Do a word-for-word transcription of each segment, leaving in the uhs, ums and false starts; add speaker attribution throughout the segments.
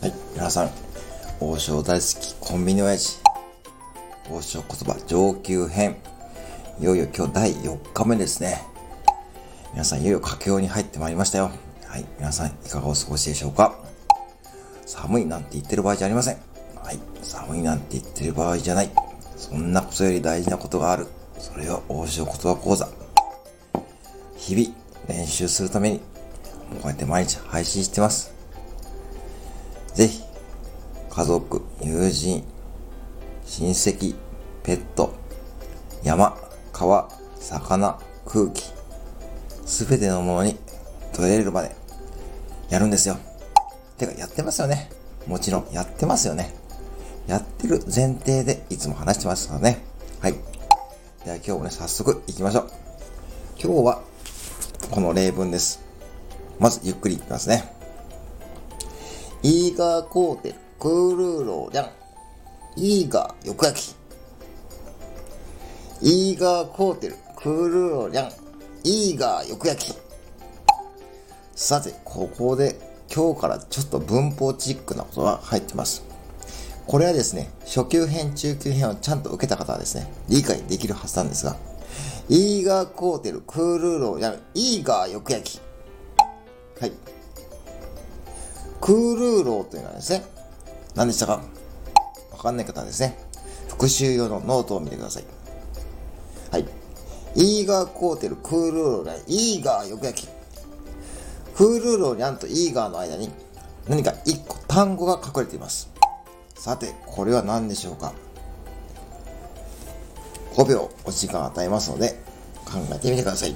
Speaker 1: はい、皆さん、王将大好きコンビニ親父、王将言葉上級編、いよいよ今日だいよっかめですね。皆さん、いよいよ佳境に入ってまいりましたよ。はい、皆さん、いかがお過ごしでしょうか。寒いなんて言ってる場合じゃありません。はい、寒いなんて言ってる場合じゃない。そんなことより大事なことがある。それは王将言葉講座。日々練習するために、こうやって毎日配信してます。ぜひ、家族、友人、親戚、ペット、山、川、魚、空気、すべてのものに取れるまでやるんですよ。てか、やってますよね。もちろん、やってますよね。やってる前提でいつも話してますからね。はい。では今日もね、早速行きましょう。今日は、この例文です。まず、ゆっくりいきますね。イーガーコーテルクールーローリャンイーガーよく焼きイーガーコーテルクールーローリャンイーガーよく焼き。さて、ここで今日からちょっと文法チックなことが入ってます。これはですね、初級編中級編をちゃんと受けた方はですね、理解できるはずなんですが、イーガーコーテルクールーローリャンイーガーよく焼き。はい。クールーローというのはですね、何でしたか？わかんない方はですね、復習用のノートを見てください。はい。イーガーコーテルクールーローリャンイーガーよく焼き。クールーローリャンとイーガーの間に何か一個単語が隠れています。さて、これは何でしょうか？ごびょうお時間与えますので考えてみてください。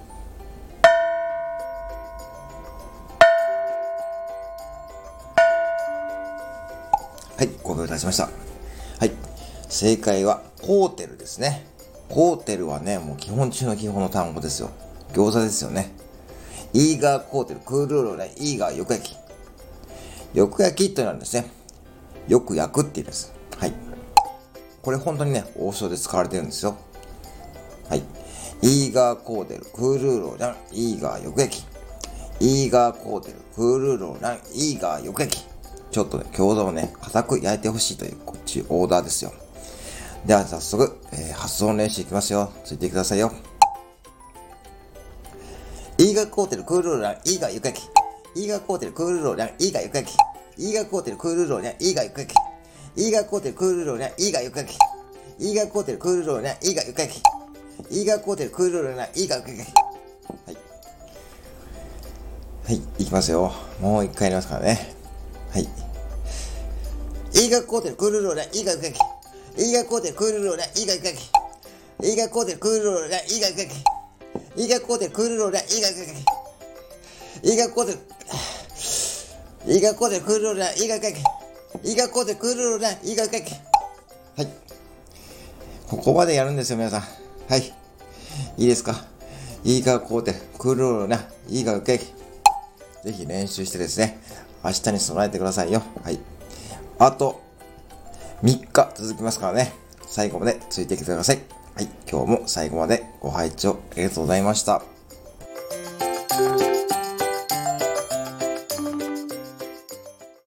Speaker 1: はい、ごびょう経ちました。はい、正解はコーテルですね。コーテルはね、もう基本中の基本の単語ですよ。餃子ですよね。イーガーコーテルクールーローね、イーガーよく焼き。よく焼きというのはですね、よく焼くって言うんです。はい。これ本当にね、王将で使われてるんですよ。はい。イーガーコーテルクールーローランイーガーよく焼き。イーガーコーテルクールーローランイーガーよく焼き。ちょっとね、餃子をね、固く焼いてほしいという、こっちオーダーですよ。では早速、えー、発音練習いきますよ。ついてくださいよ。イーガーコーテルクールーローランイーガーよく焼き。イーガーコーテルクールーローランイーガーよく焼き。イーガーコーテルクールーローランイーガーよく焼き。イーガーコーテルクールーローランイーガーよく焼き。イーガーコーテルクールーローランイーガーよく焼き。イーガーコーテルクールーローランイーガーよく焼き。はい。はい、いきますよ。もう一回やりますからね。はい。イーガーコーテルクールーローランイーガーよく焼き。イーガーコーテルクールーローランイーガーよく焼き。イーガーコーテルクールーローランイーガーよく焼き。イーガーコーテルクールーローランイーガーよく焼き。イーガーコーテルイーガーコーテルクールーローランイーガーよく焼き。イーガーコーテルクールーローランイーガーよく焼き。はい。ここまでやるんですよ、皆さん。はい。いいですか？イーガーコーテルクールーローランイーガーよく焼き。ぜひ練習してですね、明日に備えてくださいよ。はい。あとみっか続きますからね。最後までついてきてください。はい。今日も最後までご拝聴ありがとうございました。